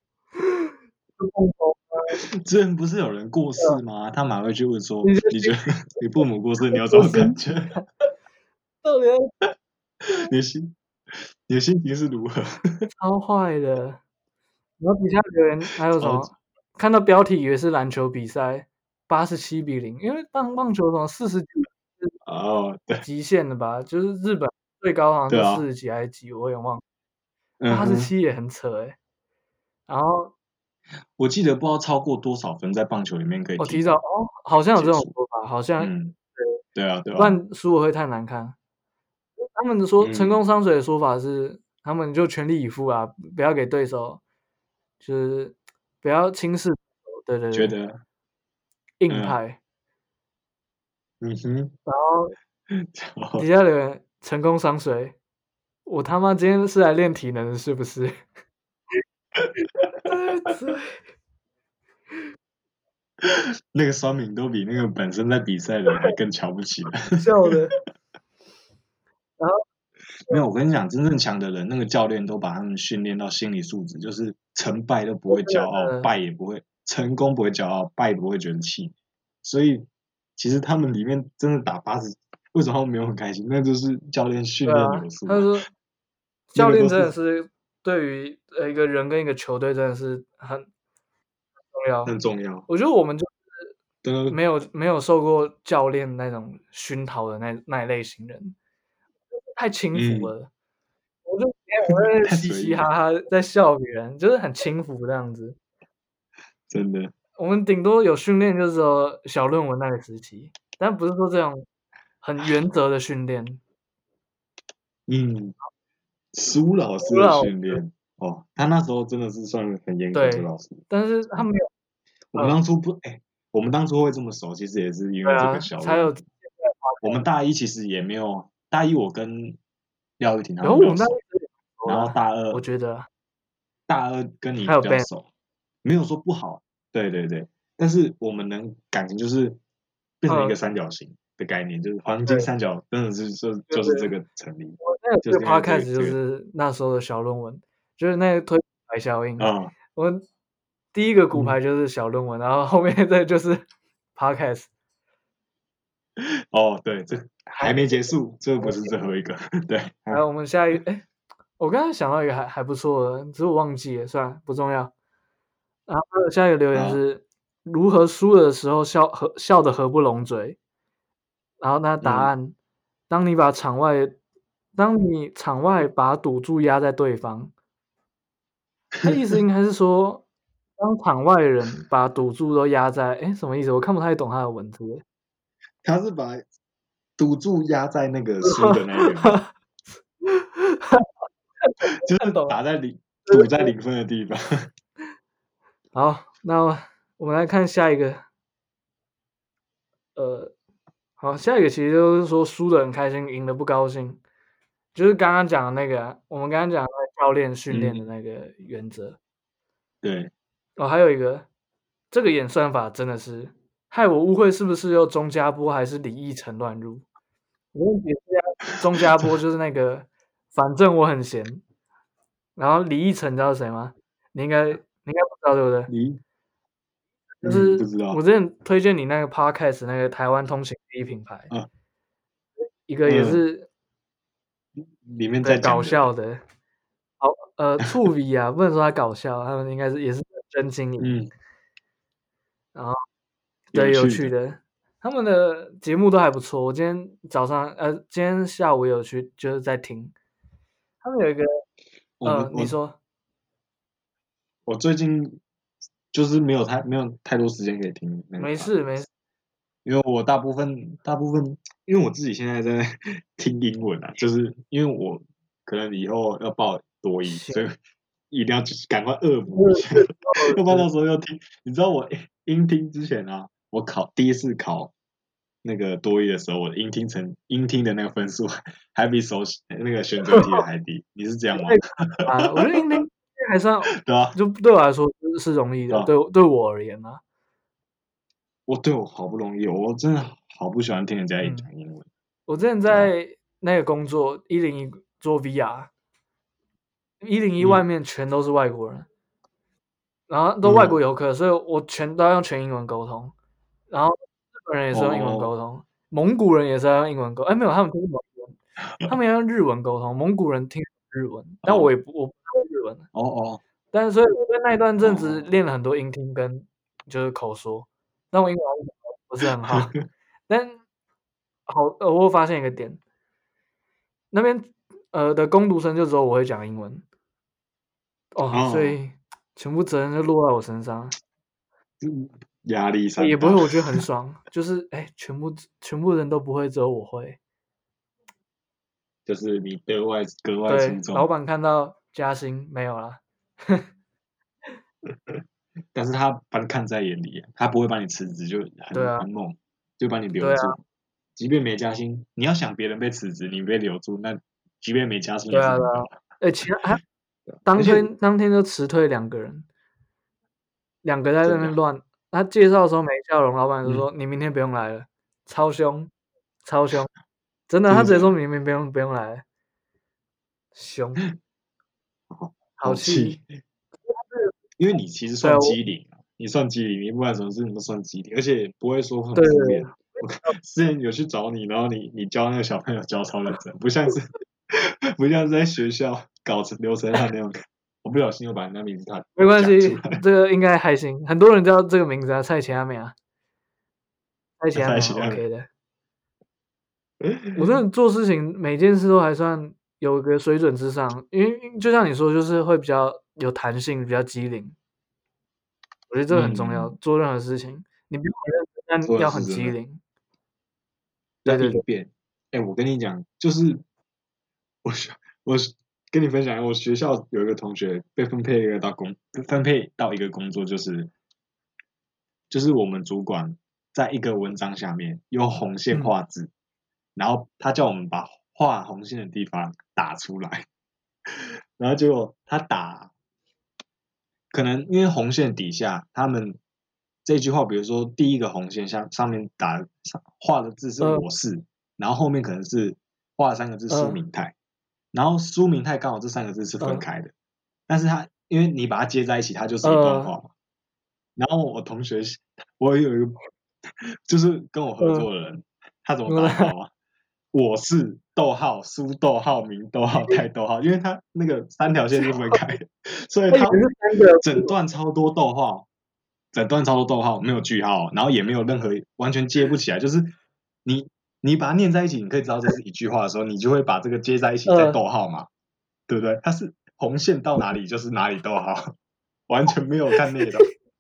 之前不是有人过世吗？他们还会去问说：“ 你的你觉得你父母过世，你有什我么感心觉？ 到底要你的心你的心情是如何超坏的。然后底下留言还有什超级么？看到标题以为是篮球比赛，八十七比零，因为棒棒球什么四十几是哦，对极限的吧？就是日本最高好像对啊， 就四十几还是几，我有点忘了， 嗯哼， 八十七也很扯诶。然后我记得不知道超过多少分在棒球里面可以我提早提早哦，好像有这结束。 种说法，好像嗯， 对， 对啊，对不啊， 然输了会太难看。他们说成功嗯， 伤水的说法是，他们就全力以赴啊，不要给对手，就是不要轻视，对对对， 觉得嗯硬派。 嗯哼， 然后超底下留言成功伤水，我他妈今天是来练体能的，是不是？对对， 那个酸民都比那个本身在比赛的人还更瞧不起了。 笑的。然后没有，我跟你讲，真正强的人，那个教练都把他们训练到心理素质，就是成败都不会骄傲， 呃， 败也不会，成功不会骄傲，败不会觉得气。所以其实他们里面真的打八十，为什么他们没有很开心？那就是教练训对啊， 练有素啊， 他说那个都教练真的是是对于呃一个人跟一个球队真的是很重要。 很重要。 我觉得我们就是真的， 没有没有受过教练那种熏陶的那那一类型人，太轻浮嗯， 了。我就每天我在那太嘻嘻随意了， 哈哈在笑别人，就是很轻浮这样子。 真的。 我们顶多有训练，就是说小论文那个时期，但不是说这种很原则的训练。 嗯，苏老师吴的老师训练哦，他那时候真的是算很严格的对， 老师。 但是他没有我们当初不，哎、我们当初会这么熟，其实也是因为这个对啊，才有小论文。我们大一其实也没有，大一我跟廖玉婷他然后我们那们比较熟，然后大二我觉得大二跟你还有比较 Ben， 熟，没有说不好，对对对，但是我们能感情就是变成一个嗯， 三角形的概念，就是黄金对三角，真的是就对对， 就是这个成立， 我那个最就是因为这 podcast 就个这个， 是那时候的小论文，就是那个推骨牌效应。 嗯我们第一个骨牌嗯， 就是小论文，然后后面这就是 podcast。 哦对，这还还没结束，这不是最后一个，对， 然后我们下一个，哎，我刚才想到一个还还不错的，只是我忘记了，算了，不重要。然后下一个留言好， 是如何输了的时候笑合笑得合不拢嘴。然后那答嗯， 案，当你把场外，当你场外把赌注压在对方，他意思应该是说，当场外人把赌注都压在，哎，什么意思？我看不太懂他的文字。 他是把赌注压在那个输的那一个人，就是看懂了。 打在零赌在零分的地方。 好，那我们来看下一个。呃，好，下一个其实就是说输的很开心，赢的不高兴，就是刚刚讲的那个啊，我们刚刚讲的那个教练训练的嗯， 那个原则。 对， 哦，还有一个，这个演算法真的是害我误会是不是又钟家波还是李义成乱入？我跟你解释一下，钟家波就是那个反正我很闲，然后李义成你知道是谁吗？你应该你应该不知道对不对？ 你就嗯不是知道我之前推荐你那个 podcast 那个台湾通勤第一品牌， 啊， 一个也嗯， 是里面对搞在讲的， 笑的，好呃触鼻啊，不能说他搞笑，他们应该是也是真经营， 嗯， 然后有对有趣的， 趣的，他们的节目都还不错。我今天早上呃今天下午也有去就是在听，他们有一个呃你我们我说我最近就是没有太没有太多时间可以听那个没 p o 事没事， 因为我大部分大部分，因为我自己现在在听英文啊，就是因为我可能以后要报多译， 行， 所以一定要就是赶快恶补一下，要不然到时候要听。你知道我英听之前啊，我考第一次考那个多益的时候，我的英听成英听的那个分数还比手那个选择题的还低。你是这样吗？ 啊，我觉得英听还算， 对啊， 就对我来说是容易的，对对我而言啊。 我对我好不容易，我真的好不喜欢听人家讲英文。 嗯、我之前在那个工作一零一做 V R， 一零一外面全都是外国人，嗯、然后都外国游客，嗯、所以我全都要用全英文沟通。然后日本人也是用英文沟通，哦、蒙古人也是要用英文沟通。哎，没有，他们听不懂英文，他们要用日文沟通。蒙古人听日文，但我也不我不会日文。 哦哦。 但是所以我在那一段阵子练了很多英听跟就是口说，但我英文不是很好。但好，呃，我发现一个点，那边呃的工读生就只有我会讲英文，哦，哦所以全部责任就落在我身上， 压力山大。 也不会，我觉得很爽，就是哎，全部全部人都不会，只有我会， 就是你格外格外出众。 老板看到加薪没有啦。 但是他把你看在眼里，他不会把你辞职，就很、 对啊、 很猛，就把你留住。啊、即便没加薪，你要想别人被辞职，你被留住，那即便没加薪也是你的。 哎、啊，其他还当天当天就辞退两个人，两个在那边乱。他介绍的时候没笑容，老板就说：“嗯、你明天不用来了。”超凶，超凶，真的，他直接说明明不用不用来了，凶，好气。 因为你其实算机灵啊，你算机灵，你不管什么事情都算机灵，而且不会说很敷衍。我之前有去找你，然后你你教那个小朋友教超认真，不像是不像是在学校搞流程上那种。我不小心又把人家名字他没关系，这个应该还行，很多人叫这个名字啊，蔡奇阿美啊，蔡奇阿美 OK 的。我真的做事情每件事都还算有个水准之上，因为就像你说，就是会比较有弹性，比较机灵。我觉得这个很重要，嗯、做任何事情，你不用很认真，但要很机灵。 对对对。哎、欸，我跟你讲，就是我我跟你分享，我学校有一个同学被分配一个到工分配到一个工作，就是就是我们主管在一个文章下面用红线画字，嗯、然后他叫我们把画红线的地方打出来，然后结果他打，可能因为红线底下他们这句话，比如说第一个红线上上面打画的字是我是，呃、然后后面可能是画了三个字苏明泰，呃、然后苏明泰刚好这三个字是分开的，呃、但是他因为你把它接在一起，它就是一段话嘛。呃、然后我同学，我有一个就是跟我合作的人，呃、他怎么打知道吗？我是逗号苏逗号明逗号泰逗号，因为他那个三条线是分开的，所以他整段超多逗号，整段超多逗号，没有句号，然后也没有任何完全接不起来，就是你你把它念在一起，你可以知道这是一句话的时候，你就会把这个接在一起再逗号嘛，呃、对不对？它是红线到哪里就是哪里逗号，完全没有看内容。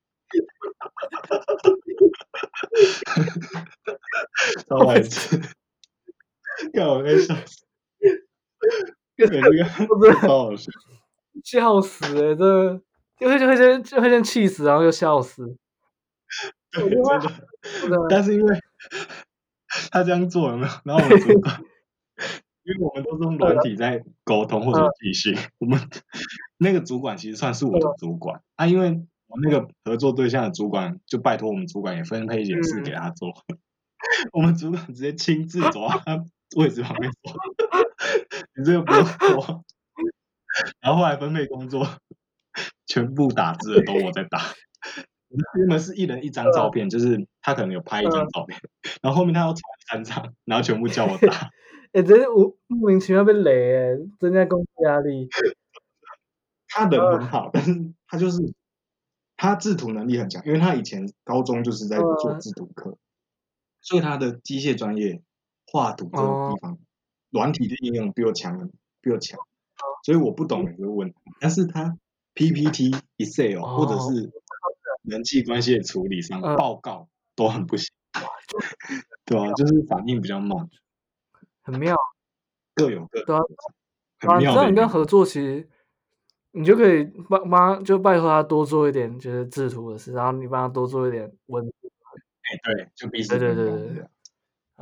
超白痴。看我被笑死，对这个超好笑， 笑死哎、欸！这就会就会先就会先气死，然后又笑死。 对，真的。但是因为他这样做有没有？然后我们主管，因为我们都是用软体在沟通或者寄信，嗯、我们那个主管其实算是我的主管、嗯、啊，因为我那个合作对象的主管就拜托我们主管也分配一点事给他做，嗯、我们主管直接亲自走到他位置旁边说：“你这个不用做。”然后后来分配工作，全部打字的都我在打。原本是一人一张照片，就是他可能有拍一张照片，然后后面他要传三张，然后全部叫我打。 哎、欸，真是无莫名其妙被雷哎，增加工作压力。 他人很好，但是他就是他制图能力很强，因为他以前高中就是在做制图课，所以他的机械专业、画图这个地方，软体的应用比我强，比我强。所以我不懂这个问题，但是他 P P T、Excel、哦、或者是人际关系的处理上、呃、报告都很不行，对啊，就是反应比较慢， 很妙， 各有各对啊， 很妙的。 这样你跟合作，其实你就可以帮帮就拜托他多做一点就是制图的事，然后你帮他多做一点文字。 哎、欸，对，就必须对对对对。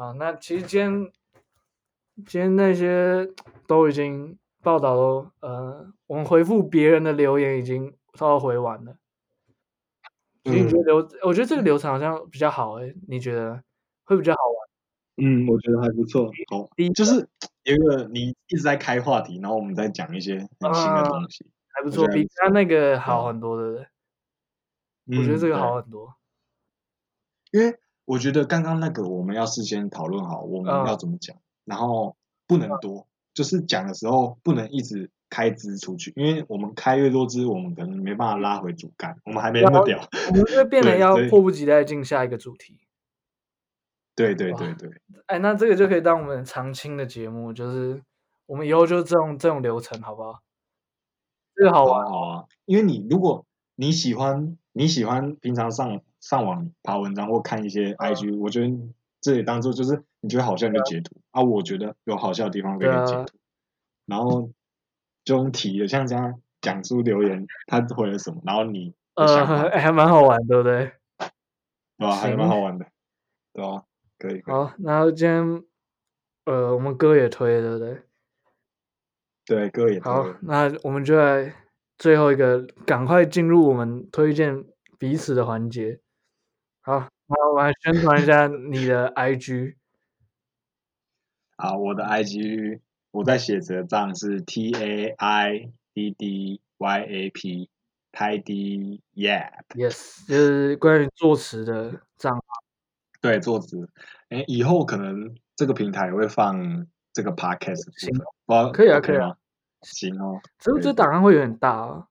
好，那其实今天今天那些都已经报道都呃，我们回复别人的留言已经稍微回完了。其实你觉得嗯流，我觉得这个流程好像比较好诶，你觉得会比较好玩？ 嗯，我觉得还不错。好第一，个就是有一个你一直在开话题，然后我们在讲一些很新的啊， 东西， 还不错， 我觉得还不错。 比他那个对啊， 好很多，对不对？我觉得嗯， 这个好对， 很多。 因为我觉得刚刚那个我们要事先讨论好我们嗯， 要怎么讲，然后不能多，就是讲的时候不能一直开支出去，因为我们开越多支，我们可能没办法拉回主干，我们还没那么屌。 我们会变得对， 要所以迫不及待进下一个主题。 对对哇， 对对， 哎，那这个就可以当我们常青的节目，就是我们以后就这种这种流程，好不好？这个好玩。 好啊好啊，因为你如果你喜欢你喜欢平常上上网爬文章或看一些 I G，、我觉得这也当做就是你觉得好笑你就截图啊，我觉得有好笑的地方我对啊， 也可以截图，然后就用提的像这样讲出留言他回了什么，然后你的想法呃，哎， 这样， 还蛮好玩，对不对？ 对吧、还蛮行， 好玩的，对吧、可以可以， 好，然后今天呃，我们歌也推了，对不对？ 对，歌也推好， 了， 那我们就来最后一个，赶快进入我们推荐彼此的环节。好，那我来宣传一下你的 I G。 啊，我的 I G 我在写着账是 T A I D D Y A P Tidy Yap。 Yes，就是关于作词的账号。 对，作词。哎，以后可能这个平台也会放这个 podcast 的部行， 分，不知道可以啊，可 OK 以啊， 吗？行哦， 只是这可以可以。 档案会有点大啊，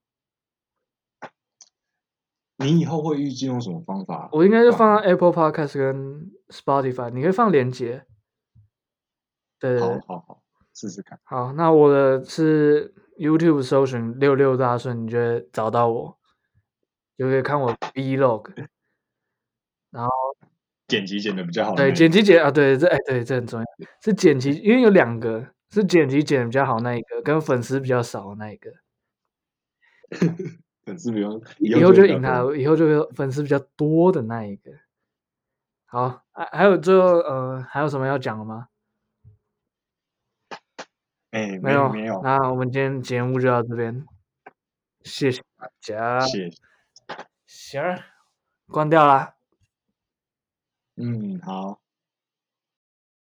你以后会预计用什么方法我应该就放放？ 在 Apple Podcast 跟 Spotify，你可以放连结。对对对， 好好好，试试看。 好，那我的是 YouTube 搜寻六六大顺，你就会找到我，就可以看我 Vlog。然后剪辑剪的比较好的对那一个。 剪辑剪啊，对这哎对这很重要，是剪辑，因为有两个是剪辑剪的比较好那一个，跟粉丝比较少的那一个。 粉丝不用， 以以后以后就赢他， 就会比较多。 以后就会粉丝比较多的那一个。好，还还有最后呃还有什么要讲的吗？ 哎， 没有， 没没有， 那我们今天节目就到这边，谢谢大家。 谢。 行儿，关掉啦。 嗯，好。